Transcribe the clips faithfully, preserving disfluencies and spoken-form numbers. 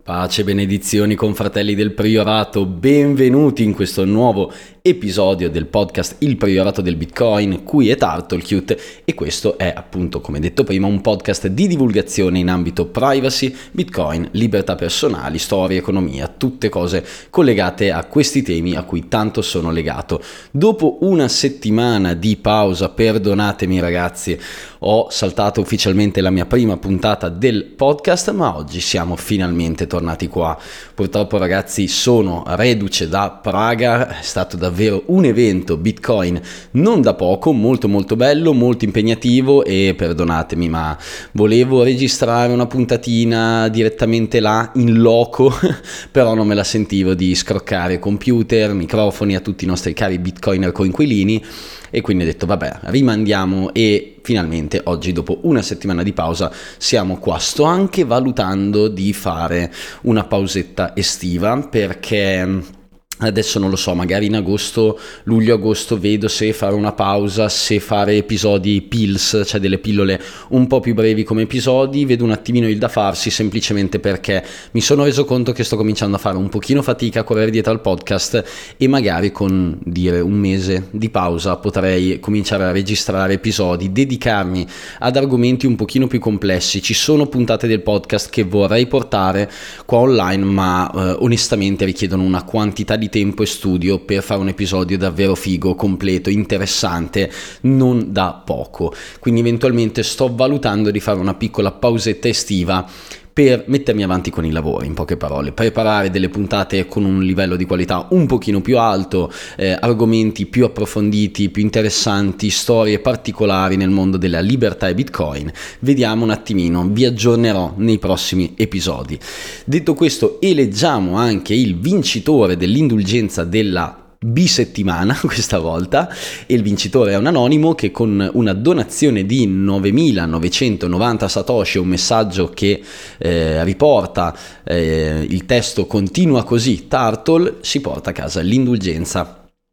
Pace e benedizioni confratelli del Priorato, benvenuti in questo nuovo episodio del podcast Il Priorato del Bitcoin. Qui è Turtlecute e questo è appunto, come detto prima, un podcast di divulgazione in ambito privacy, Bitcoin, libertà personali, storia, economia, tutte cose collegate a questi temi a cui tanto sono legato. Dopo una settimana di pausa, perdonatemi ragazzi, ho saltato ufficialmente la mia prima puntata del podcast, ma oggi siamo finalmente tornati qua. Purtroppo ragazzi sono reduce da Praga, è stato davvero un evento Bitcoin non da poco, molto molto bello, molto impegnativo e perdonatemi ma volevo registrare una puntatina direttamente là in loco però non me la sentivo di scroccare computer, microfoni a tutti i nostri cari Bitcoiner coinquilini e quindi ho detto vabbè rimandiamo e finalmente oggi dopo una settimana di pausa siamo qua. Sto anche valutando di fare una pausetta estiva perché adesso non lo so, magari in agosto, luglio-agosto vedo se fare una pausa, se fare episodi pills, cioè delle pillole un po' più brevi come episodi, vedo un attimino il da farsi semplicemente perché mi sono reso conto che sto cominciando a fare un pochino fatica a correre dietro al podcast e magari con dire un mese di pausa potrei cominciare a registrare episodi, dedicarmi ad argomenti un pochino più complessi. Ci sono puntate del podcast che vorrei portare qua online ma eh, onestamente richiedono una quantità di tempo e studio per fare un episodio davvero figo, completo, interessante, non da poco. Quindi eventualmente sto valutando di fare una piccola pausetta estiva per mettermi avanti con i lavori, in poche parole, preparare delle puntate con un livello di qualità un pochino più alto, eh, argomenti più approfonditi, più interessanti, storie particolari nel mondo della libertà e Bitcoin. Vediamo un attimino, vi aggiornerò nei prossimi episodi. Detto questo, eleggiamo anche il vincitore dell'indulgenza della bisettimana questa volta e il vincitore è un anonimo che con una donazione di novemilanovecentonovanta satoshi, un messaggio che eh, riporta eh, il testo continua così Turtle, si porta a casa l'indulgenza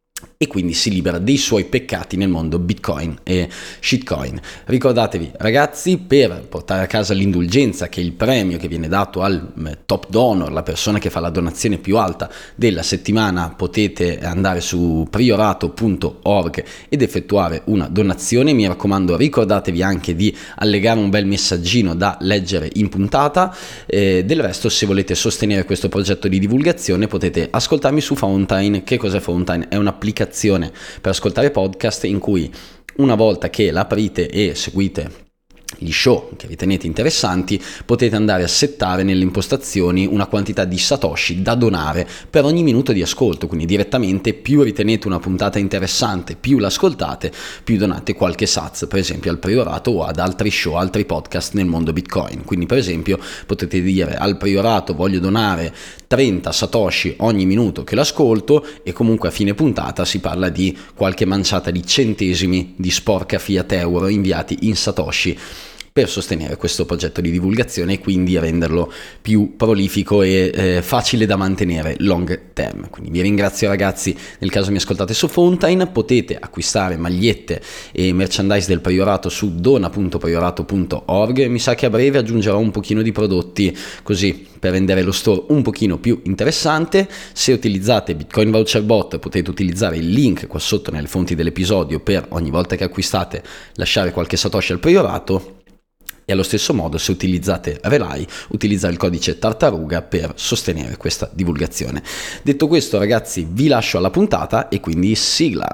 e quindi si libera dei suoi peccati nel mondo Bitcoin e shitcoin. Ricordatevi ragazzi, per portare a casa l'indulgenza, che è il premio che viene dato al top donor, la persona che fa la donazione più alta della settimana, potete andare su priorato punto org ed effettuare una donazione. Mi raccomando, ricordatevi anche di allegare un bel messaggino da leggere in puntata. Eh, del resto, se volete sostenere questo progetto di divulgazione potete ascoltarmi su Fountain. Che cos'è Fountain? È un'applicazione per ascoltare podcast in cui una volta che la aprite e seguite gli show che ritenete interessanti potete andare a settare nelle impostazioni una quantità di satoshi da donare per ogni minuto di ascolto, quindi direttamente più ritenete una puntata interessante, più l'ascoltate, più donate qualche sats per esempio al Priorato o ad altri show, altri podcast nel mondo Bitcoin. Quindi per esempio potete dire al Priorato voglio donare trenta satoshi ogni minuto che l'ascolto e comunque a fine puntata si parla di qualche manciata di centesimi di sporca fiat euro inviati in satoshi per sostenere questo progetto di divulgazione e quindi renderlo più prolifico e eh, facile da mantenere long term. Quindi vi ringrazio ragazzi, nel caso mi ascoltate su Fountain potete acquistare magliette e merchandise del Priorato su dona punto priorato punto org. Mi sa che a breve aggiungerò un pochino di prodotti così per rendere lo store un pochino più interessante. Se utilizzate Bitcoin Voucher Bot potete utilizzare il link qua sotto nelle fonti dell'episodio per ogni volta che acquistate lasciare qualche satoshi al Priorato. E allo stesso modo, se utilizzate Relay, utilizzate il codice Tartaruga per sostenere questa divulgazione. Detto questo, ragazzi, vi lascio alla puntata e quindi sigla.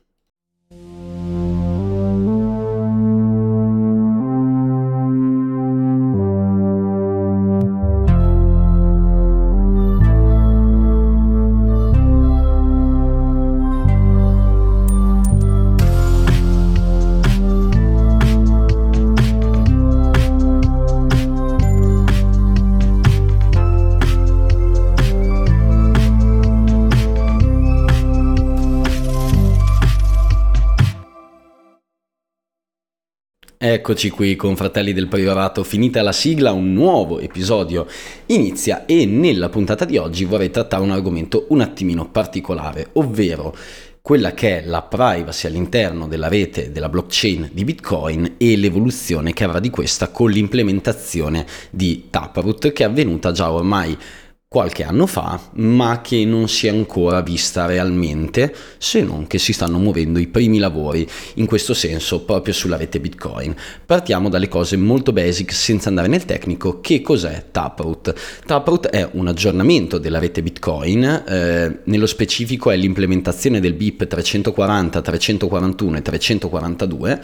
Eccoci qui confratelli del Priorato, finita la sigla un nuovo episodio inizia e nella puntata di oggi vorrei trattare un argomento un attimino particolare, ovvero quella che è la privacy all'interno della rete della blockchain di Bitcoin e l'evoluzione che avrà di questa con l'implementazione di Taproot, che è avvenuta già ormai qualche anno fa, ma che non si è ancora vista realmente, se non che si stanno muovendo i primi lavori in questo senso proprio sulla rete Bitcoin. Partiamo dalle cose molto basic senza andare nel tecnico. Che cos'è Taproot? Taproot è un aggiornamento della rete Bitcoin, eh, nello specifico è l'implementazione del B I P trecentoquaranta, trecentoquarantuno e trecentoquarantadue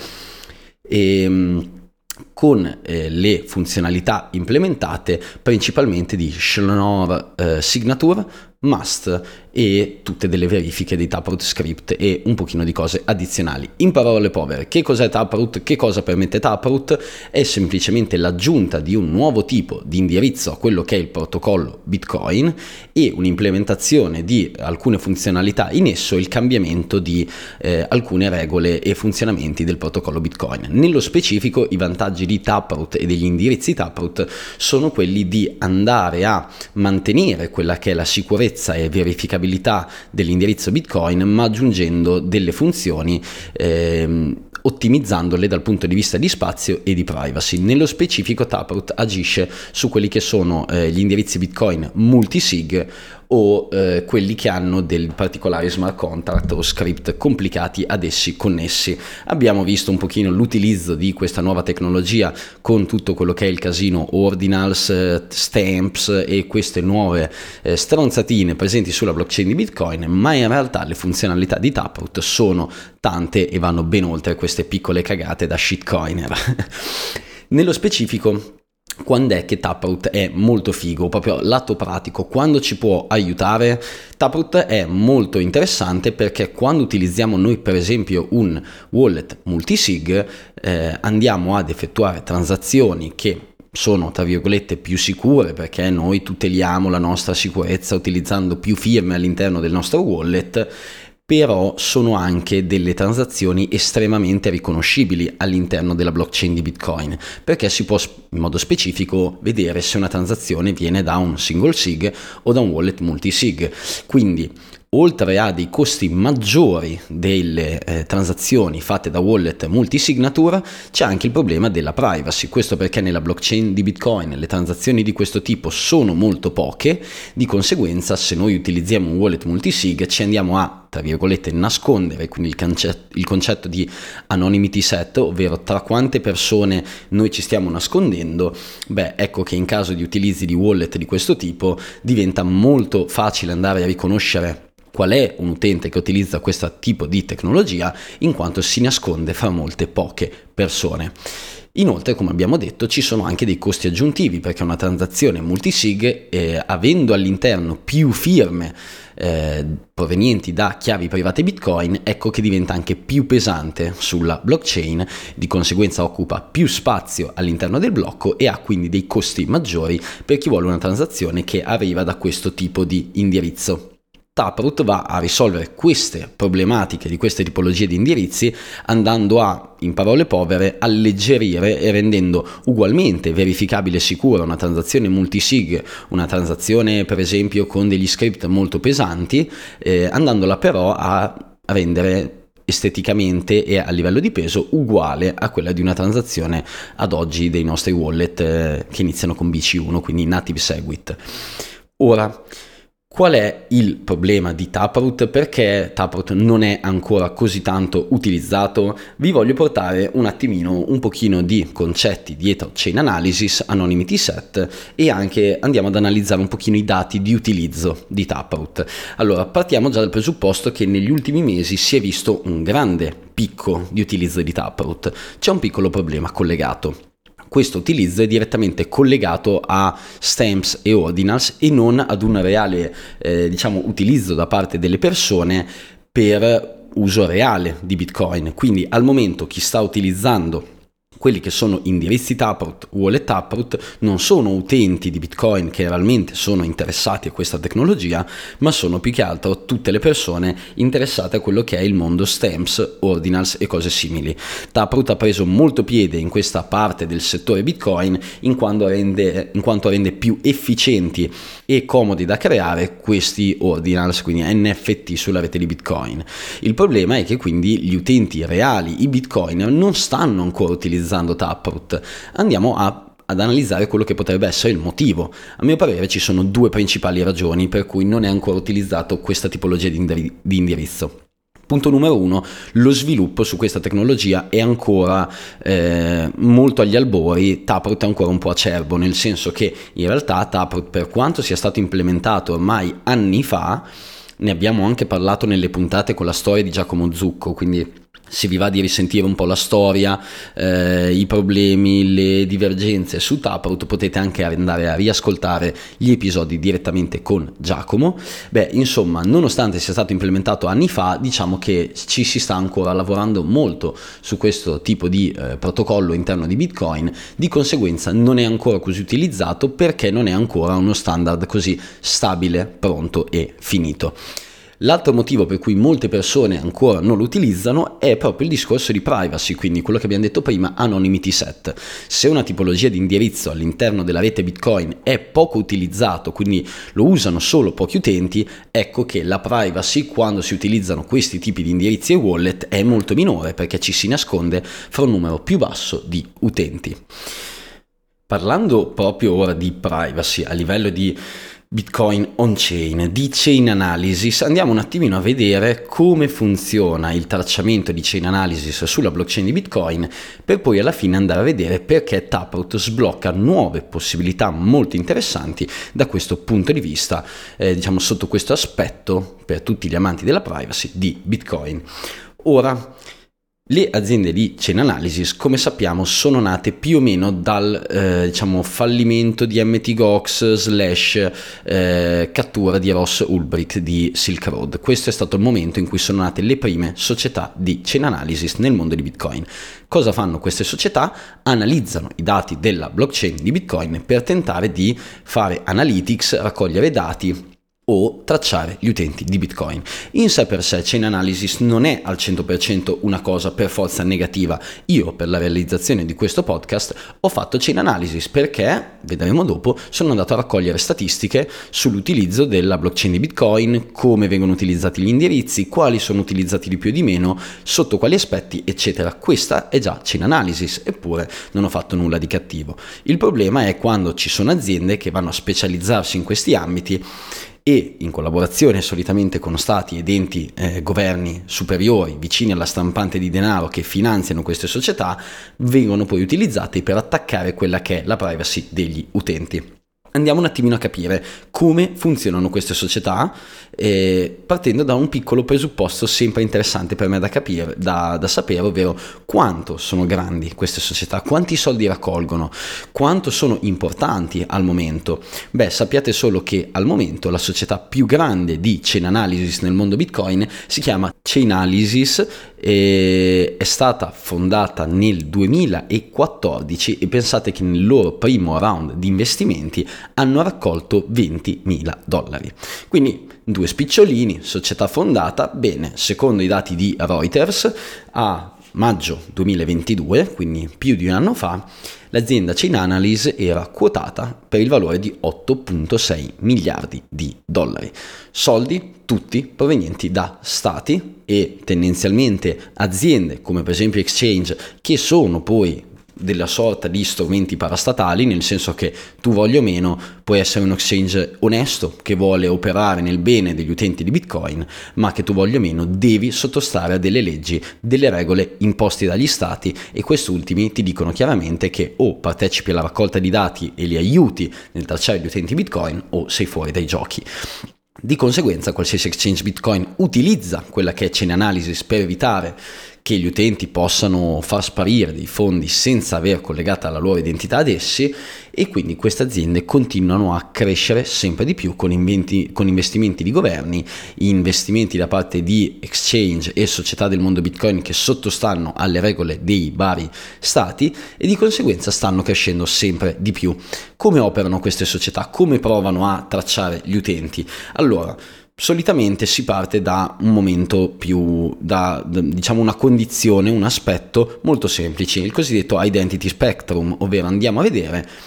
e con eh, le funzionalità implementate principalmente di Schnorr eh, Signature, Must e tutte delle verifiche dei Taproot script e un pochino di cose addizionali. In parole povere, che cos'è Taproot? Che cosa permette Taproot? È semplicemente l'aggiunta di un nuovo tipo di indirizzo a quello che è il protocollo Bitcoin e un'implementazione di alcune funzionalità in esso e il cambiamento di eh, alcune regole e funzionamenti del protocollo Bitcoin. Nello specifico, i vantaggi di Taproot e degli indirizzi Taproot sono quelli di andare a mantenere quella che è la sicurezza e verificabilità dell'indirizzo Bitcoin, ma aggiungendo delle funzioni ehm, ottimizzandole dal punto di vista di spazio e di privacy. Nello specifico Taproot agisce su quelli che sono eh, gli indirizzi Bitcoin multisig o eh, quelli che hanno dei particolari smart contract o script complicati ad essi connessi. Abbiamo visto un pochino l'utilizzo di questa nuova tecnologia con tutto quello che è il casino ordinals, eh, stamps e queste nuove eh, stronzatine presenti sulla blockchain di Bitcoin, ma in realtà le funzionalità di Taproot sono tante e vanno ben oltre queste piccole cagate da shitcoiner. Nello specifico, quando è che Taproot è molto figo, proprio lato pratico, quando ci può aiutare? Taproot è molto interessante perché quando utilizziamo noi per esempio un wallet multisig eh, andiamo ad effettuare transazioni che sono tra virgolette più sicure perché noi tuteliamo la nostra sicurezza utilizzando più firme all'interno del nostro wallet, però sono anche delle transazioni estremamente riconoscibili all'interno della blockchain di Bitcoin, perché si può in modo specifico vedere se una transazione viene da un single sig o da un wallet multisig. Quindi oltre a dei costi maggiori delle eh, transazioni fatte da wallet multisignature, c'è anche il problema della privacy. Questo perché nella blockchain di Bitcoin le transazioni di questo tipo sono molto poche, di conseguenza se noi utilizziamo un wallet multisig ci andiamo a, tra virgolette, nascondere, quindi il, concetto, il concetto di anonymity set, ovvero tra quante persone noi ci stiamo nascondendo. Beh, ecco che in caso di utilizzi di wallet di questo tipo diventa molto facile andare a riconoscere qual è un utente che utilizza questo tipo di tecnologia, in quanto si nasconde fra molte poche persone. Inoltre, come abbiamo detto, ci sono anche dei costi aggiuntivi, perché una transazione multisig, eh, avendo all'interno più firme eh, provenienti da chiavi private Bitcoin, ecco che diventa anche più pesante sulla blockchain, di conseguenza occupa più spazio all'interno del blocco e ha quindi dei costi maggiori per chi vuole una transazione che arriva da questo tipo di indirizzo. Taproot va a risolvere queste problematiche di queste tipologie di indirizzi andando a, in parole povere, alleggerire e rendendo ugualmente verificabile e sicura una transazione multisig, una transazione per esempio con degli script molto pesanti, eh, andandola però a rendere esteticamente e a livello di peso uguale a quella di una transazione ad oggi dei nostri wallet eh, che iniziano con B C uno, quindi native SegWit. Ora, qual è il problema di Taproot? Perché Taproot non è ancora così tanto utilizzato? Vi voglio portare un attimino, un pochino di concetti dietro chain analysis, anonymity set e anche andiamo ad analizzare un pochino i dati di utilizzo di Taproot. Allora, partiamo già dal presupposto che negli ultimi mesi si è visto un grande picco di utilizzo di Taproot. C'è un piccolo problema collegato. Questo utilizzo è direttamente collegato a stamps e ordinals e non ad un reale eh, diciamo utilizzo da parte delle persone per uso reale di Bitcoin. Quindi al momento chi sta utilizzando quelli che sono indirizzi Taproot, wallet Taproot, non sono utenti di Bitcoin che realmente sono interessati a questa tecnologia, ma sono più che altro tutte le persone interessate a quello che è il mondo stamps, ordinals e cose simili. Taproot ha preso molto piede in questa parte del settore Bitcoin in quanto rende, in quanto rende più efficienti e comodi da creare questi ordinals, quindi N F T sulla rete di Bitcoin. Il problema è che quindi gli utenti reali, i Bitcoiner, non stanno ancora utilizzando Taproot. Andiamo a ad analizzare quello che potrebbe essere il motivo. A mio parere ci sono due principali ragioni per cui non è ancora utilizzato questa tipologia di, indiri- di indirizzo. Punto numero uno, lo sviluppo su questa tecnologia è ancora eh, molto agli albori. Taproot è ancora un po' acerbo, nel senso che in realtà Taproot, per quanto sia stato implementato ormai anni fa, ne abbiamo anche parlato nelle puntate con la storia di Giacomo Zucco, quindi se vi va di risentire un po' la storia, eh, i problemi, le divergenze su Taproot, potete anche andare a riascoltare gli episodi direttamente con Giacomo. Beh, insomma, nonostante sia stato implementato anni fa, diciamo che ci si sta ancora lavorando molto su questo tipo di eh, protocollo interno di Bitcoin, di conseguenza non è ancora così utilizzato perché non è ancora uno standard così stabile, pronto e finito. L'altro motivo per cui molte persone ancora non lo utilizzano è proprio il discorso di privacy, quindi quello che abbiamo detto prima, anonymity set. Se una tipologia di indirizzo all'interno della rete Bitcoin è poco utilizzato, quindi lo usano solo pochi utenti, ecco che la privacy quando si utilizzano questi tipi di indirizzi e wallet è molto minore, perché ci si nasconde fra un numero più basso di utenti. Parlando proprio ora di privacy a livello di Bitcoin on-chain, di chain analysis, andiamo un attimino a vedere come funziona il tracciamento di chain analysis sulla blockchain di Bitcoin, per poi alla fine andare a vedere perché Taproot sblocca nuove possibilità molto interessanti da questo punto di vista, eh, diciamo sotto questo aspetto, per tutti gli amanti della privacy, di Bitcoin. Ora, le aziende di chain analysis, come sappiamo, sono nate più o meno dal eh, diciamo fallimento di M T Gox slash eh, cattura di Ross Ulbricht di Silk Road. Questo è stato il momento in cui sono nate le prime società di chain analysis nel mondo di Bitcoin. Cosa fanno queste società? Analizzano i dati della blockchain di Bitcoin per tentare di fare analytics, raccogliere dati o tracciare gli utenti di Bitcoin. In sé per sé chain analysis non è al cento per cento una cosa per forza negativa. Io per la realizzazione di questo podcast ho fatto chain analysis perché, vedremo dopo, sono andato a raccogliere statistiche sull'utilizzo della blockchain di Bitcoin, come vengono utilizzati gli indirizzi, quali sono utilizzati di più e di meno, sotto quali aspetti, eccetera. Questa è già chain analysis, eppure non ho fatto nulla di cattivo. Il problema è quando ci sono aziende che vanno a specializzarsi in questi ambiti e in collaborazione solitamente con stati ed enti eh, governi superiori vicini alla stampante di denaro che finanziano queste società, vengono poi utilizzate per attaccare quella che è la privacy degli utenti. Andiamo un attimino a capire come funzionano queste società, eh, partendo da un piccolo presupposto sempre interessante per me da capire, da, da sapere, ovvero quanto sono grandi queste società, quanti soldi raccolgono, quanto sono importanti al momento. Beh, sappiate solo che al momento la società più grande di chain analysis nel mondo Bitcoin si chiama Chainalysis, e è stata fondata nel duemilaquattordici e pensate che nel loro primo round di investimenti hanno raccolto ventimila dollari. Quindi due spicciolini, società fondata, bene, secondo i dati di Reuters, a maggio duemilaventidue, quindi più di un anno fa, l'azienda Chainalysis era quotata per il valore di otto virgola sei miliardi di dollari. Soldi tutti provenienti da stati e tendenzialmente aziende come per esempio exchange, che sono poi della sorta di strumenti parastatali, nel senso che tu voglia o meno puoi essere un exchange onesto che vuole operare nel bene degli utenti di Bitcoin, ma che tu voglia o meno devi sottostare a delle leggi, delle regole imposte dagli stati, e quest'ultimi ti dicono chiaramente che o partecipi alla raccolta di dati e li aiuti nel tracciare gli utenti Bitcoin o sei fuori dai giochi. Di conseguenza qualsiasi exchange Bitcoin utilizza quella che è chain analysis per evitare che gli utenti possano far sparire dei fondi senza aver collegata la loro identità ad essi, e quindi queste aziende continuano a crescere sempre di più con, inventi, con investimenti di governi, investimenti da parte di exchange e società del mondo Bitcoin che sottostanno alle regole dei vari stati, e di conseguenza stanno crescendo sempre di più. Come operano queste società? Come provano a tracciare gli utenti? Allora, solitamente si parte da un momento più, da, da diciamo una condizione, un aspetto molto semplice, il cosiddetto identity spectrum, ovvero andiamo a vedere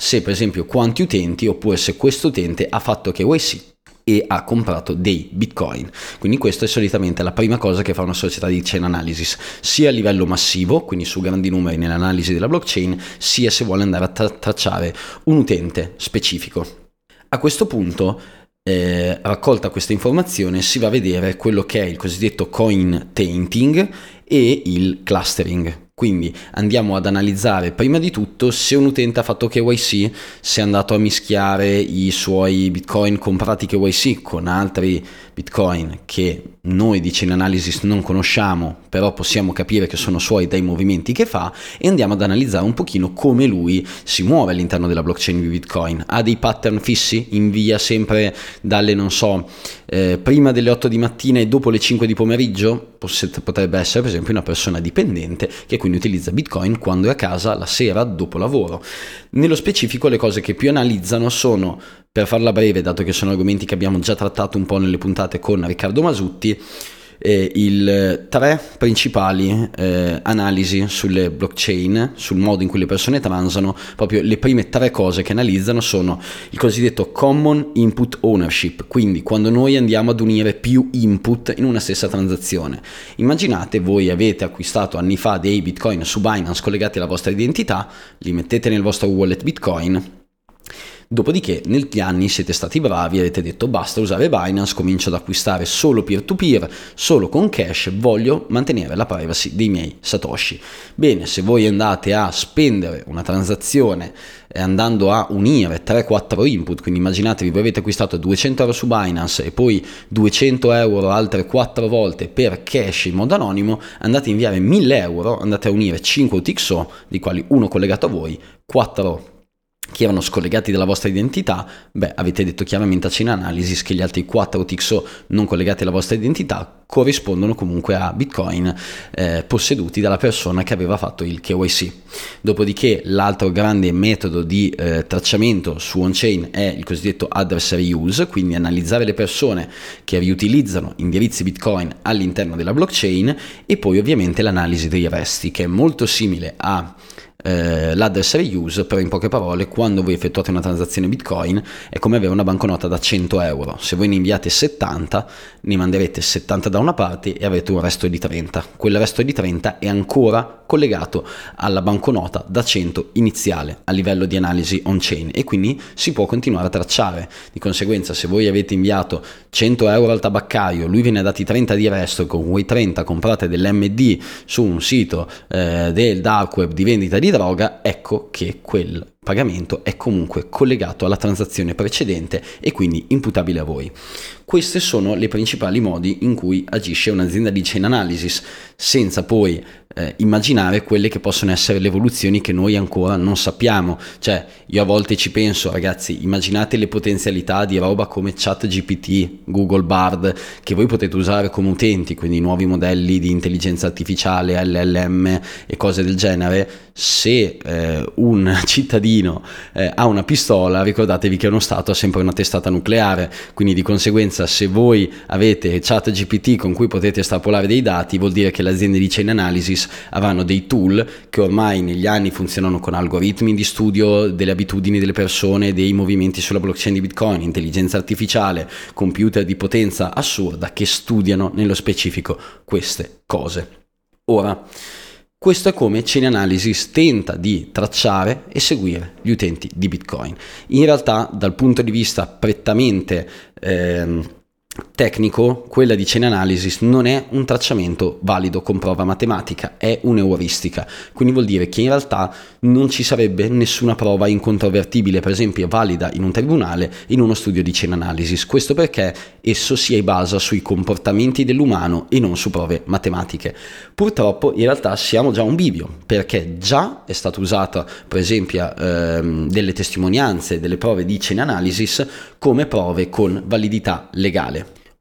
se per esempio quanti utenti, oppure se questo utente ha fatto K Y C e ha comprato dei bitcoin. Quindi questo è solitamente la prima cosa che fa una società di chain analysis, sia a livello massivo, quindi su grandi numeri nell'analisi della blockchain, sia se vuole andare a tra- tracciare un utente specifico. A questo punto, eh, raccolta questa informazione, si va a vedere quello che è il cosiddetto coin tainting e il clustering. Quindi andiamo ad analizzare prima di tutto se un utente ha fatto K Y C, se è andato a mischiare i suoi bitcoin comprati K Y C con altri bitcoin che noi di Chain Analysis non conosciamo, però possiamo capire che sono suoi dai movimenti che fa, e andiamo ad analizzare un pochino come lui si muove all'interno della blockchain di Bitcoin. Ha dei pattern fissi? Invia sempre dalle, non so, eh, prima delle otto di mattina e dopo le cinque di pomeriggio? Potrebbe essere per esempio una persona dipendente che quindi utilizza Bitcoin quando è a casa la sera dopo lavoro. Nello specifico le cose che più analizzano sono, per farla breve, dato che sono argomenti che abbiamo già trattato un po' nelle puntate con Riccardo Masutti, eh, il tre principali eh, analisi sulle blockchain, sul modo in cui le persone transano. Proprio le prime tre cose che analizzano sono il cosiddetto common input ownership, quindi quando noi andiamo ad unire più input in una stessa transazione. Immaginate voi avete acquistato anni fa dei bitcoin su Binance collegati alla vostra identità, li mettete nel vostro wallet Bitcoin. Dopodiché negli anni siete stati bravi, avete detto basta usare Binance, comincio ad acquistare solo peer-to-peer, solo con cash, voglio mantenere la privacy dei miei satoshi. Bene, se voi andate a spendere una transazione andando a unire tre quattro input, quindi immaginatevi voi avete acquistato duecento euro su Binance e poi duecento euro altre quattro volte per cash in modo anonimo, andate a inviare mille euro, andate a unire cinque U T X O, di quali uno collegato a voi, quattro che erano scollegati dalla vostra identità. Beh, avete detto chiaramente a Chain Analysis che gli altri quattro U T X O non collegati alla vostra identità corrispondono comunque a bitcoin eh, posseduti dalla persona che aveva fatto il K Y C. Dopodiché l'altro grande metodo di eh, tracciamento su on-chain è il cosiddetto adversary use, quindi analizzare le persone che riutilizzano indirizzi bitcoin all'interno della blockchain, e poi ovviamente l'analisi dei resti, che è molto simile a Uh, l'adversary use, però in poche parole quando voi effettuate una transazione bitcoin è come avere una banconota da cento euro. Se voi ne inviate settanta, ne manderete settanta da una parte e avrete un resto di trenta. Quel resto di trenta è ancora collegato alla banconota da cento iniziale a livello di analisi on-chain, e quindi si può continuare a tracciare. Di conseguenza, se voi avete inviato cento euro al tabaccaio, lui ve ne ha dati trenta di resto, e con quei trenta comprate dell'M D su un sito eh, del dark web di vendita di droga, ecco che quel pagamento è comunque collegato alla transazione precedente e quindi imputabile a voi. Questi sono i principali modi in cui agisce un'azienda di chain analysis, senza poi eh, immaginare quelle che possono essere le evoluzioni che noi ancora non sappiamo. Cioè, io a volte ci penso, ragazzi, immaginate le potenzialità di roba come ChatGPT, Google Bard, che voi potete usare come utenti, quindi nuovi modelli di intelligenza artificiale, L L M e cose del genere. Se eh, un cittadino eh, ha una pistola, ricordatevi che uno Stato ha sempre una testata nucleare, quindi di conseguenza se voi avete ChatGPT con cui potete estrapolare dei dati, vuol dire che le aziende di chain analysis avranno dei tool che ormai negli anni funzionano con algoritmi di studio delle abitudini delle persone, dei movimenti sulla blockchain di Bitcoin, intelligenza artificiale, computer di potenza assurda che studiano nello specifico queste cose. Ora, questo è come Chain Analysis tenta di tracciare e seguire gli utenti di Bitcoin. In realtà, dal punto di vista prettamente ehm, tecnico, quella di Chain Analysis non è un tracciamento valido con prova matematica, è un'euristica. Quindi vuol dire che in realtà non ci sarebbe nessuna prova incontrovertibile, per esempio valida in un tribunale, in uno studio di Chain Analysis. Questo perché esso si basa sui comportamenti dell'umano e non su prove matematiche. Purtroppo in realtà siamo già a un bivio, perché già è stata usata per esempio ehm, delle testimonianze, delle prove di Chain Analysis come prove con validità legale.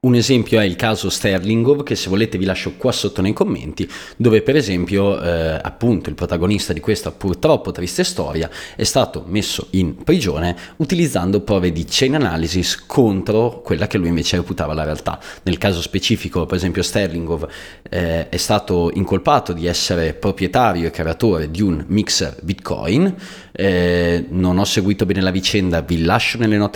Un esempio è il caso Sterlingov, che se volete vi lascio qua sotto nei commenti, dove per esempio eh, appunto il protagonista di questa purtroppo triste storia è stato messo in prigione utilizzando prove di chain analysis contro quella che lui invece reputava la realtà. Nel caso specifico, per esempio, Sterlingov eh, è stato incolpato di essere proprietario e creatore di un mixer Bitcoin. Eh, non ho seguito bene la vicenda, vi lascio nelle note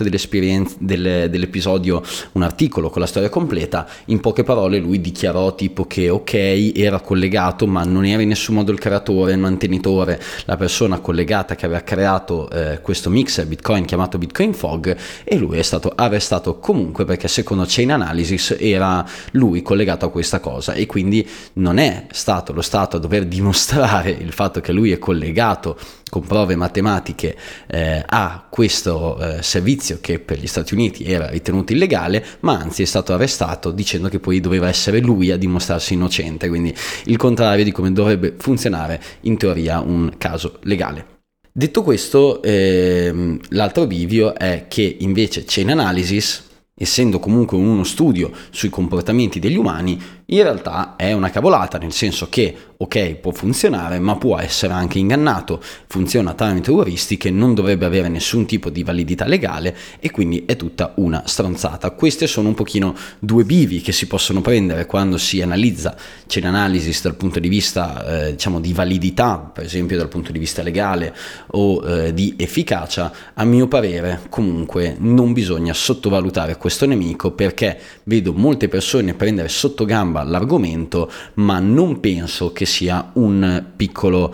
del, dell'episodio un articolo con la storia completa. In poche parole lui dichiarò tipo che ok, era collegato ma non era in nessun modo il creatore, il mantenitore, la persona collegata che aveva creato eh, questo mixer Bitcoin chiamato Bitcoin Fog, e lui è stato arrestato comunque perché secondo Chain Analysis era lui collegato a questa cosa, e quindi non è stato lo Stato a dover dimostrare il fatto che lui è collegato con prove matematiche eh, a questo eh, servizio che per gli Stati Uniti era ritenuto illegale, ma anzi è stato arrestato dicendo che poi doveva essere lui a dimostrarsi innocente, quindi il contrario di come dovrebbe funzionare in teoria un caso legale. Detto questo, ehm, l'altro bivio è che invece Chain Analysis, essendo comunque uno studio sui comportamenti degli umani, in realtà è una cavolata, nel senso che ok, può funzionare, ma può essere anche ingannato, funziona tramite euristiche, non dovrebbe avere nessun tipo di validità legale e quindi è tutta una stronzata. Queste sono un pochino due bivi che si possono prendere quando si analizza Chain Analysis dal punto di vista eh, diciamo di validità, per esempio dal punto di vista legale o eh, di efficacia. A mio parere comunque non bisogna sottovalutare questo nemico, perché vedo molte persone prendere sotto gamba l'argomento, ma non penso che sia un piccolo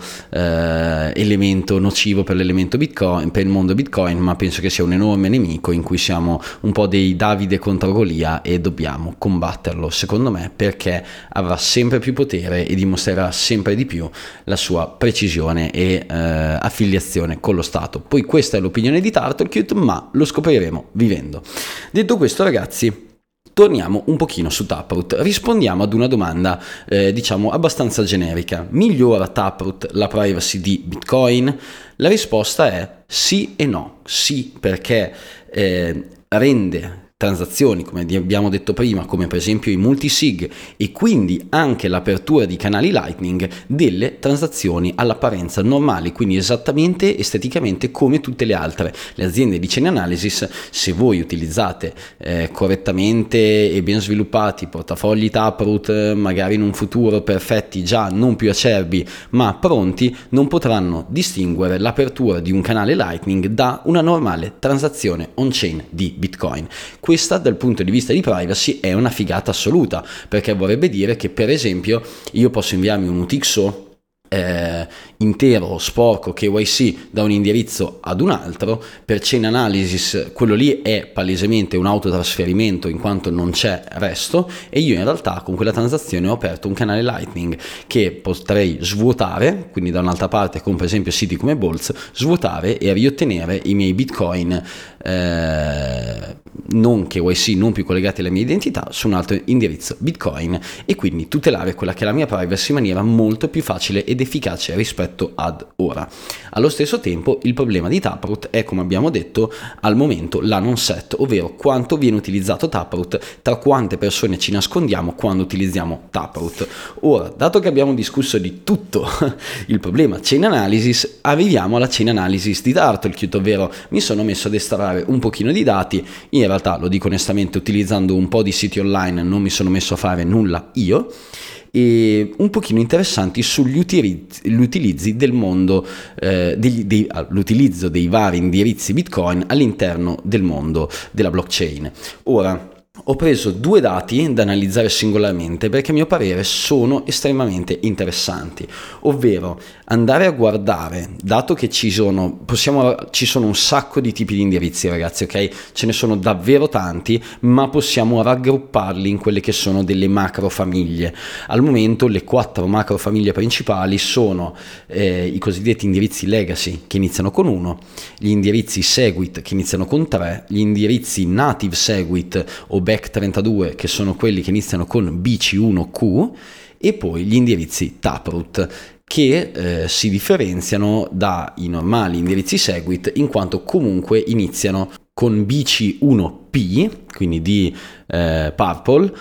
eh, elemento nocivo per l'elemento Bitcoin, per il mondo Bitcoin, ma penso che sia un enorme nemico in cui siamo un po' dei Davide contro Golia e dobbiamo combatterlo, secondo me, perché avrà sempre più potere e dimostrerà sempre di più la sua precisione e eh, affiliazione con lo Stato. Poi questa è l'opinione di Turtlecute, ma lo scopriremo vivendo. Detto questo, ragazzi, torniamo un pochino su Taproot, rispondiamo ad una domanda eh, diciamo abbastanza generica: migliora Taproot la privacy di Bitcoin? La risposta è sì e no. Sì, perché eh, rende transazioni, come abbiamo detto prima, come per esempio i multisig e quindi anche l'apertura di canali Lightning, delle transazioni all'apparenza normali, quindi esattamente esteticamente come tutte le altre. Le aziende di Chain Analysis, se voi utilizzate eh, correttamente e ben sviluppati portafogli Taproot, magari in un futuro perfetti, già non più acerbi ma pronti, non potranno distinguere l'apertura di un canale Lightning da una normale transazione on-chain di Bitcoin. Questa dal punto di vista di privacy è una figata assoluta, perché vorrebbe dire che per esempio io posso inviarmi un U T X O eh, intero, sporco, K Y C da un indirizzo ad un altro. Per Chain Analysis quello lì è palesemente un autotrasferimento in quanto non c'è resto, e io in realtà con quella transazione ho aperto un canale Lightning che potrei svuotare, quindi da un'altra parte con per esempio siti come Boltz, svuotare e riottenere i miei Bitcoin eh, non K Y C, non più collegati alla mia identità, su un altro indirizzo Bitcoin, e quindi tutelare quella che è la mia privacy in maniera molto più facile ed efficace rispetto ad ora. Allo stesso tempo il problema di Taproot è, come abbiamo detto, al momento la non set, ovvero quanto viene utilizzato Taproot, tra quante persone ci nascondiamo quando utilizziamo Taproot. Ora, dato che abbiamo discusso di tutto il problema Chain Analysis, arriviamo alla Chain Analysis di Turtlecute, ovvero mi sono messo ad estrarre un pochino di dati. In realtà, lo dico onestamente, utilizzando un po' di siti online, non mi sono messo a fare nulla io, e un pochino interessanti sugli utilizzi, gli utilizzi del mondo, eh, degli, dei, l'utilizzo dei vari indirizzi Bitcoin all'interno del mondo della blockchain. Ora, ho preso due dati da analizzare singolarmente perché a mio parere sono estremamente interessanti, ovvero andare a guardare, dato che ci sono, possiamo, ci sono un sacco di tipi di indirizzi, ragazzi, ok? Ce ne sono davvero tanti, ma possiamo raggrupparli in quelle che sono delle macro famiglie. Al momento le quattro macro famiglie principali sono eh, i cosiddetti indirizzi legacy, che iniziano con uno, gli indirizzi Segwit, che iniziano con tre, gli indirizzi native Segwit o back trentadue, che sono quelli che iniziano con B C uno Q, e poi gli indirizzi Taproot, che eh, si differenziano dai normali indirizzi Segwit in quanto comunque iniziano con B C uno P, quindi di eh, Purple,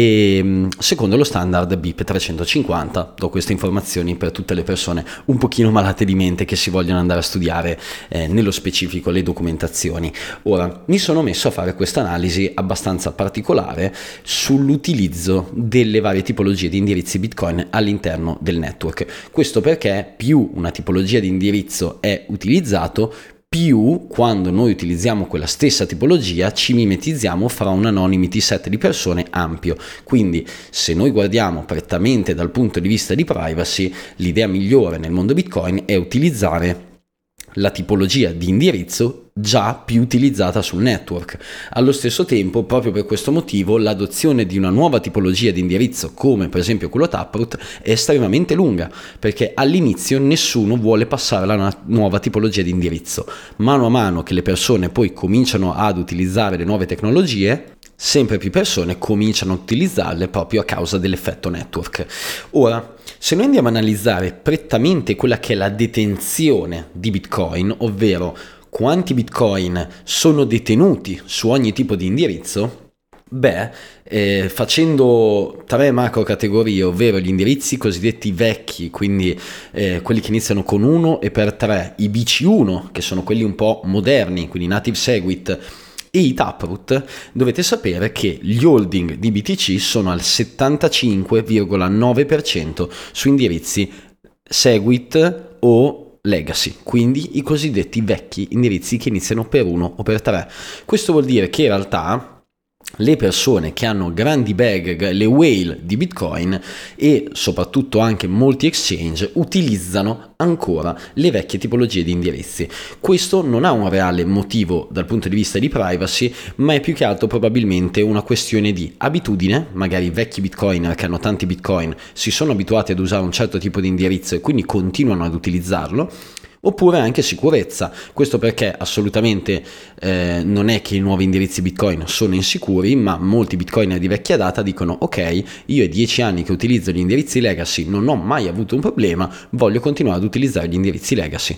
e secondo lo standard B I P trecentocinquanta. Do queste informazioni per tutte le persone un pochino malate di mente che si vogliono andare a studiare eh, nello specifico le documentazioni. Ora, mi sono messo a fare questa analisi abbastanza particolare sull'utilizzo delle varie tipologie di indirizzi Bitcoin all'interno del network. Questo perché più una tipologia di indirizzo è utilizzato, più quando noi utilizziamo quella stessa tipologia ci mimetizziamo fra un anonymity set di persone ampio. Quindi se noi guardiamo prettamente dal punto di vista di privacy, l'idea migliore nel mondo Bitcoin è utilizzare la tipologia di indirizzo già più utilizzata sul network. Allo stesso tempo, proprio per questo motivo, l'adozione di una nuova tipologia di indirizzo, come per esempio quello Taproot, è estremamente lunga, perché all'inizio nessuno vuole passare alla nuova tipologia di indirizzo. Mano a mano che le persone poi cominciano ad utilizzare le nuove tecnologie, sempre più persone cominciano a utilizzarle proprio a causa dell'effetto network. Ora, se noi andiamo a analizzare prettamente quella che è la detenzione di Bitcoin, ovvero quanti Bitcoin sono detenuti su ogni tipo di indirizzo, beh, eh, facendo tre macro categorie, ovvero gli indirizzi cosiddetti vecchi, quindi eh, quelli che iniziano con uno e per tre, i B C uno, che sono quelli un po' moderni, quindi Native Segwit, e i Taproot, dovete sapere che gli holding di B T C sono al settantacinque virgola nove per cento su indirizzi Segwit o Legacy, quindi i cosiddetti vecchi indirizzi che iniziano per uno o per tre. Questo vuol dire che in realtà le persone che hanno grandi bag, le whale di Bitcoin e soprattutto anche molti exchange utilizzano ancora le vecchie tipologie di indirizzi. Questo non ha un reale motivo dal punto di vista di privacy, ma è più che altro probabilmente una questione di abitudine. Magari i vecchi bitcoiner che hanno tanti bitcoin si sono abituati ad usare un certo tipo di indirizzo e quindi continuano ad utilizzarlo, oppure anche sicurezza. Questo perché assolutamente eh, non è che i nuovi indirizzi Bitcoin sono insicuri, ma molti bitcoiner di vecchia data dicono: ok, io è dieci anni che utilizzo gli indirizzi legacy, non ho mai avuto un problema, voglio continuare ad utilizzare gli indirizzi legacy.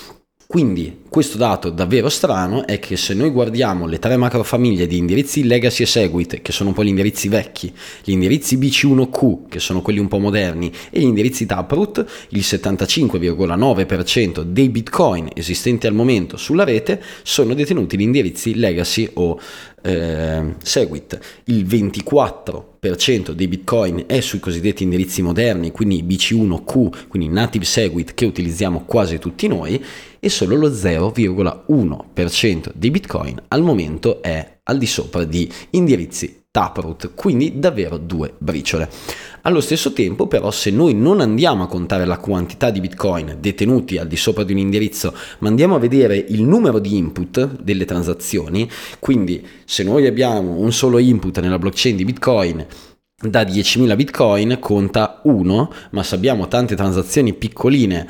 Quindi questo dato davvero strano è che se noi guardiamo le tre macrofamiglie di indirizzi Legacy e Segwit, che sono un po' gli indirizzi vecchi, gli indirizzi B C uno Q, che sono quelli un po' moderni, e gli indirizzi Taproot, il settantacinque virgola nove per cento dei Bitcoin esistenti al momento sulla rete sono detenuti in indirizzi Legacy o eh, Segwit. Il ventiquattro per cento dei Bitcoin è sui cosiddetti indirizzi moderni, quindi B C uno Q, quindi Native Segwit, che utilizziamo quasi tutti noi, e solo lo zero virgola uno per cento dei Bitcoin al momento è al di sopra di indirizzi Taproot, quindi davvero due briciole. Allo stesso tempo però, se noi non andiamo a contare la quantità di Bitcoin detenuti al di sopra di un indirizzo, ma andiamo a vedere il numero di input delle transazioni, quindi se noi abbiamo un solo input nella blockchain di Bitcoin da diecimila Bitcoin conta uno, ma se abbiamo tante transazioni piccoline,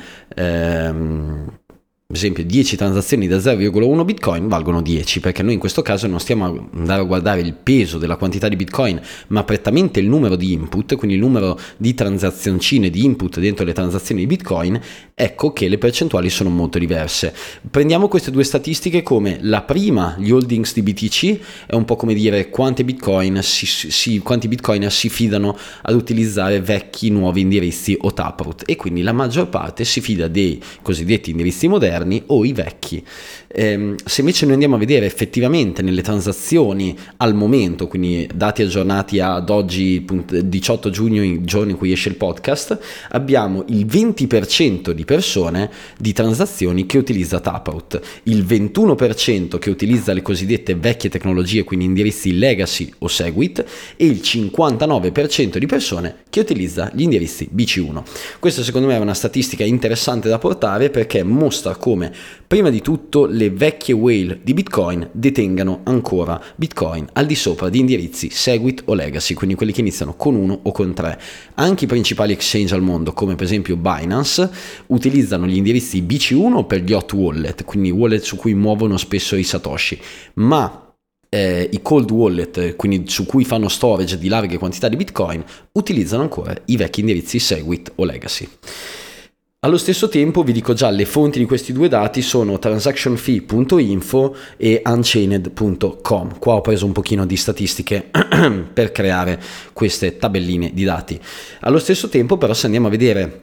ehm, per esempio dieci transazioni da zero virgola uno Bitcoin valgono dieci, perché noi in questo caso non stiamo a andare a guardare il peso della quantità di Bitcoin, ma prettamente il numero di input, quindi il numero di transazioncine di input dentro le transazioni di Bitcoin. Ecco che le percentuali sono molto diverse. Prendiamo queste due statistiche come la prima, gli holdings di B T C, è un po' come dire quanti Bitcoin si, si, quanti Bitcoiner si fidano ad utilizzare vecchi nuovi indirizzi o Taproot, e quindi la maggior parte si fida dei cosiddetti indirizzi moderni o i vecchi. Eh, se invece noi andiamo a vedere effettivamente nelle transazioni al momento, quindi dati aggiornati ad oggi diciotto giugno, il giorno in cui esce il podcast, abbiamo il venti per cento di persone di transazioni che utilizza Taproot, il ventuno per cento che utilizza le cosiddette vecchie tecnologie, quindi indirizzi Legacy o Segwit, e il cinquantanove per cento di persone che utilizza gli indirizzi B C uno. Questa secondo me è una statistica interessante da portare, perché mostra come prima di tutto le vecchie whale di Bitcoin detengano ancora Bitcoin al di sopra di indirizzi Segwit o Legacy, quindi quelli che iniziano con uno o con tre. Anche i principali exchange al mondo, come per esempio Binance, utilizzano gli indirizzi B C uno per gli hot wallet, quindi wallet su cui muovono spesso i satoshi, ma eh, i cold wallet, quindi su cui fanno storage di larghe quantità di Bitcoin, utilizzano ancora i vecchi indirizzi Segwit o Legacy. Allo stesso tempo vi dico già, le fonti di questi due dati sono transaction fee punto info e unchained punto com. Qua ho preso un pochino di statistiche per creare queste tabelline di dati. Allo stesso tempo però, se andiamo a vedere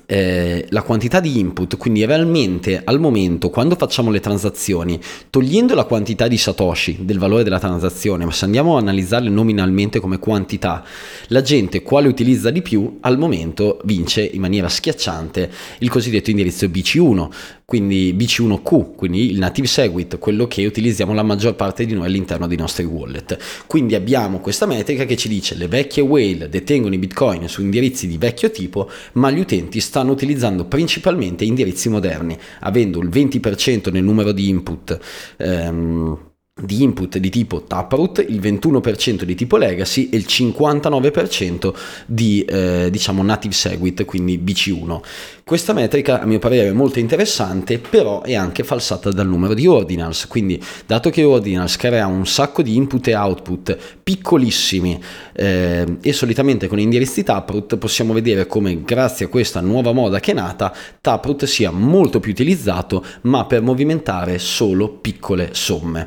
Eh, la quantità di input, quindi realmente al momento quando facciamo le transazioni, togliendo la quantità di satoshi del valore della transazione, ma se andiamo a analizzarle nominalmente come quantità, la gente quale utilizza di più al momento vince in maniera schiacciante il cosiddetto indirizzo B C uno, quindi B C uno Q, quindi il native segwit, quello che utilizziamo la maggior parte di noi all'interno dei nostri wallet. Quindi abbiamo questa metrica che ci dice: le vecchie whale detengono i bitcoin su indirizzi di vecchio tipo, ma gli utenti stanno utilizzando principalmente indirizzi moderni, avendo il venti per cento nel numero di input ehm, di input di tipo Taproot, il ventuno per cento di tipo Legacy e il cinquantanove per cento di eh, diciamo native segwit, quindi B C uno. Questa metrica a mio parere è molto interessante, però è anche falsata dal numero di ordinals, quindi dato che ordinals crea un sacco di input e output piccolissimi eh, e solitamente con indirizzi Taproot, possiamo vedere come grazie a questa nuova moda che è nata Taproot sia molto più utilizzato, ma per movimentare solo piccole somme.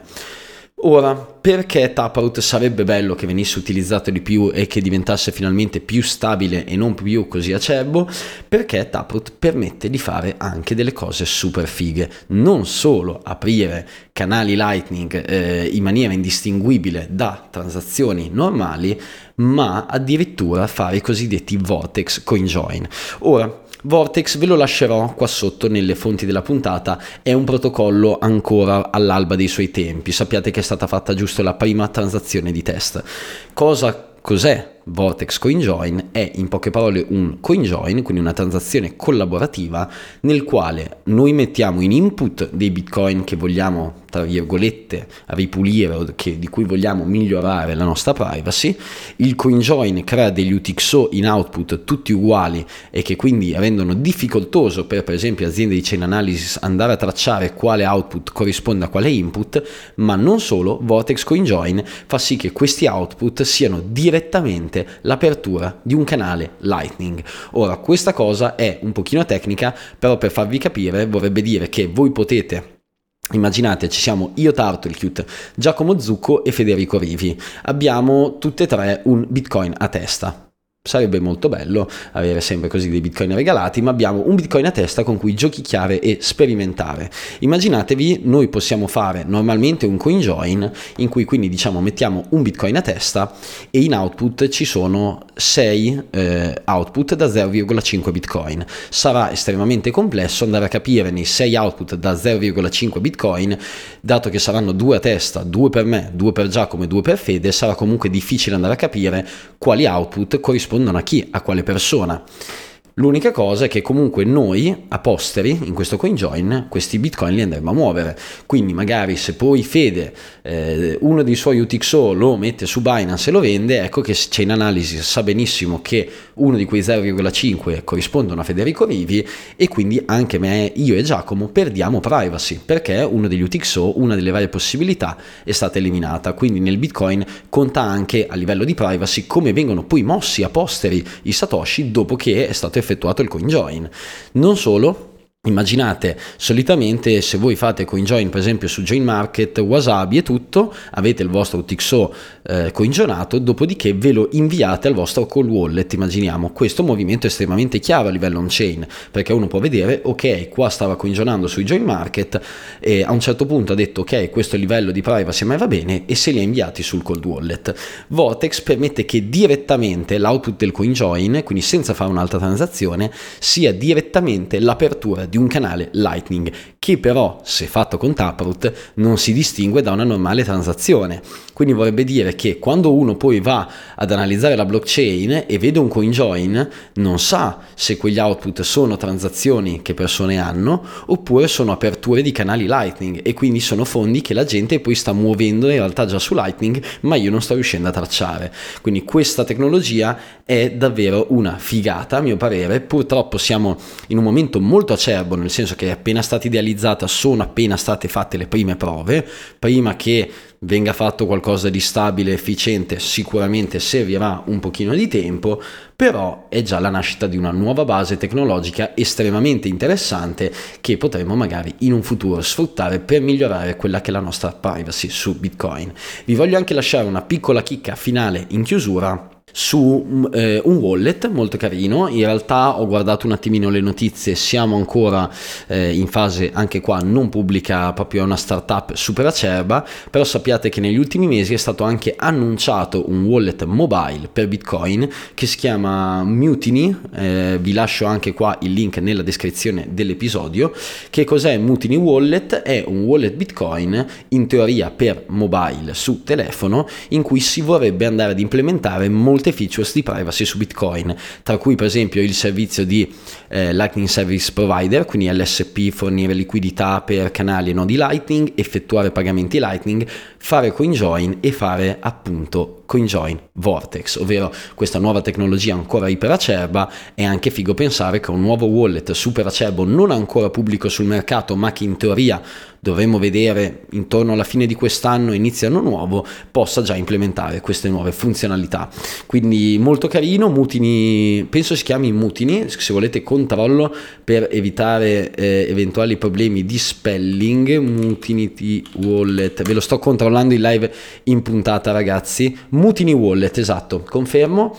Ora, perché Taproot sarebbe bello che venisse utilizzato di più e che diventasse finalmente più stabile e non più così acerbo? Perché Taproot permette di fare anche delle cose super fighe, non solo aprire canali Lightning eh, in maniera indistinguibile da transazioni normali, ma addirittura fare i cosiddetti Vortex CoinJoin. Ora, Vortex ve lo lascerò qua sotto nelle fonti della puntata, è un protocollo ancora all'alba dei suoi tempi, sappiate che è stata fatta giusto la prima transazione di test. Cosa cos'è Vortex CoinJoin? È in poche parole un CoinJoin, quindi una transazione collaborativa nel quale noi mettiamo in input dei bitcoin che vogliamo, tra virgolette, ripulire o che, di cui vogliamo migliorare la nostra privacy. Il CoinJoin crea degli U T X O in output tutti uguali e che quindi rendono difficoltoso per per esempio aziende di chain analysis andare a tracciare quale output corrisponde a quale input, ma non solo, Vortex CoinJoin fa sì che questi output siano direttamente l'apertura di un canale Lightning. Ora, questa cosa è un pochino tecnica, però per farvi capire vorrebbe dire che voi potete, immaginate, ci siamo io, Turtlecute, Giacomo Zucco e Federico Rivi, abbiamo tutte e tre un bitcoin a testa. Sarebbe molto bello avere sempre così dei bitcoin regalati, ma abbiamo un bitcoin a testa con cui giochicchiare e sperimentare. Immaginatevi, noi possiamo fare normalmente un CoinJoin in cui quindi diciamo mettiamo un bitcoin a testa e in output ci sono sei eh, output da zero virgola cinque bitcoin. Sarà estremamente complesso andare a capire nei sei output da zero virgola cinque bitcoin, dato che saranno due a testa, due per me, due per Giacomo e due per Fede, sarà comunque difficile andare a capire quali output corrispondono a chi, a quale persona. L'unica cosa è che comunque noi a posteri in questo CoinJoin questi bitcoin li andremo a muovere, quindi magari se poi Fede eh, uno dei suoi U T X O lo mette su Binance e lo vende, ecco che Chain Analysis sa benissimo che uno di quei zero virgola cinque corrispondono a Federico Rivi e quindi anche me, io e Giacomo perdiamo privacy perché uno degli U T X O, una delle varie possibilità è stata eliminata. Quindi nel Bitcoin conta anche a livello di privacy come vengono poi mossi a posteri i satoshi dopo che è stato effettuato il CoinJoin. Non solo, immaginate, solitamente se voi fate CoinJoin per esempio su Join Market, Wasabi e tutto, avete il vostro U T X O eh, coinjoinato, dopodiché ve lo inviate al vostro cold wallet. Immaginiamo, questo movimento è estremamente chiaro a livello on-chain, perché uno può vedere, ok, qua stava coinjoinando sui Join Market e a un certo punto ha detto, ok, questo livello di privacy a me va bene, e se li ha inviati sul cold wallet. Vortex permette che direttamente l'output del CoinJoin, quindi senza fare un'altra transazione, sia direttamente l'apertura di un canale Lightning, che però, se fatto con Taproot, non si distingue da una normale transazione. Quindi vorrebbe dire che quando uno poi va ad analizzare la blockchain e vede un CoinJoin, non sa se quegli output sono transazioni che persone hanno oppure sono aperture di canali Lightning, e quindi sono fondi che la gente poi sta muovendo in realtà già su Lightning, ma io non sto riuscendo a tracciare. Quindi questa tecnologia è davvero una figata a mio parere. Purtroppo siamo in un momento molto acerbo, nel senso che è appena stata idealizzata, sono appena state fatte le prime prove, prima che venga fatto qualcosa di stabile, efficiente, sicuramente servirà un pochino di tempo, però è già la nascita di una nuova base tecnologica estremamente interessante che potremo magari in un futuro sfruttare per migliorare quella che è la nostra privacy su Bitcoin. Vi voglio anche lasciare una piccola chicca finale in chiusura su eh, un wallet molto carino. In realtà ho guardato un attimino le notizie, siamo ancora eh, in fase anche qua non pubblica, proprio è una startup super acerba, però sappiate che negli ultimi mesi è stato anche annunciato un wallet mobile per Bitcoin che si chiama Mutiny. Eh, vi lascio anche qua il link nella descrizione dell'episodio. Che cos'è Mutiny Wallet? È un wallet Bitcoin in teoria per mobile su telefono, in cui si vorrebbe andare ad implementare molti features di privacy su Bitcoin, tra cui per esempio il servizio di eh, Lightning Service Provider, quindi L S P, fornire liquidità per canali e nodi Lightning, effettuare pagamenti Lightning, fare CoinJoin e fare appunto CoinJoin Vortex, ovvero questa nuova tecnologia ancora iperacerba. È anche figo pensare che un nuovo wallet super acerbo, non ancora pubblico sul mercato, ma che in teoria dovremmo vedere intorno alla fine di quest'anno, inizia anno nuovo, possa già implementare queste nuove funzionalità. Quindi molto carino. Mutiny, penso si chiami Mutiny, se volete controllo per evitare eh, eventuali problemi di spelling. Mutiny Wallet, ve lo sto controllando in live in puntata, ragazzi. Mutiny Wallet, esatto, confermo.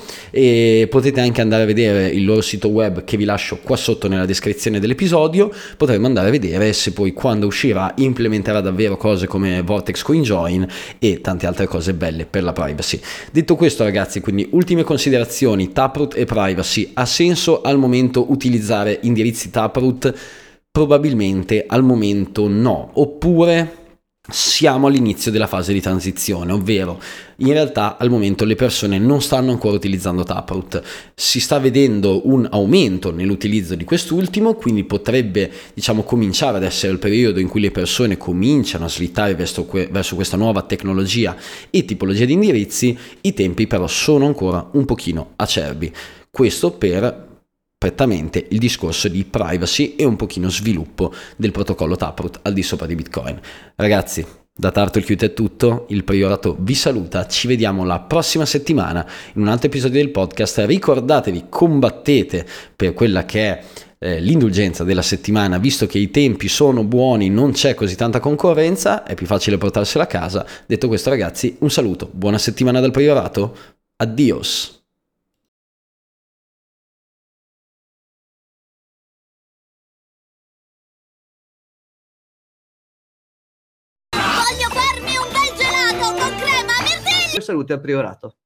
E potete anche andare a vedere il loro sito web che vi lascio qua sotto nella descrizione dell'episodio. Potremmo andare a vedere se poi quando uscirà implementerà davvero cose come Vortex CoinJoin e tante altre cose belle per la privacy. Detto questo, ragazzi, quindi ultime considerazioni: Taproot e privacy. Ha senso al momento utilizzare indirizzi Taproot? Probabilmente al momento no, oppure siamo all'inizio della fase di transizione, ovvero in realtà al momento le persone non stanno ancora utilizzando Taproot, si sta vedendo un aumento nell'utilizzo di quest'ultimo, quindi potrebbe, diciamo, cominciare ad essere il periodo in cui le persone cominciano a slittare verso, que- verso questa nuova tecnologia e tipologia di indirizzi. I tempi però sono ancora un pochino acerbi, questo per prettamente il discorso di privacy e un pochino sviluppo del protocollo Taproot al di sopra di Bitcoin. Ragazzi, da Turtlecute è tutto, il Priorato vi saluta, ci vediamo la prossima settimana in un altro episodio del podcast. Ricordatevi, combattete per quella che è eh, l'indulgenza della settimana, visto che i tempi sono buoni, non c'è così tanta concorrenza, è più facile portarsela a casa. Detto questo, ragazzi, un saluto, buona settimana dal Priorato, addios! Voglio farmi un bel gelato con crema, mirtilli! Salute al Priorato.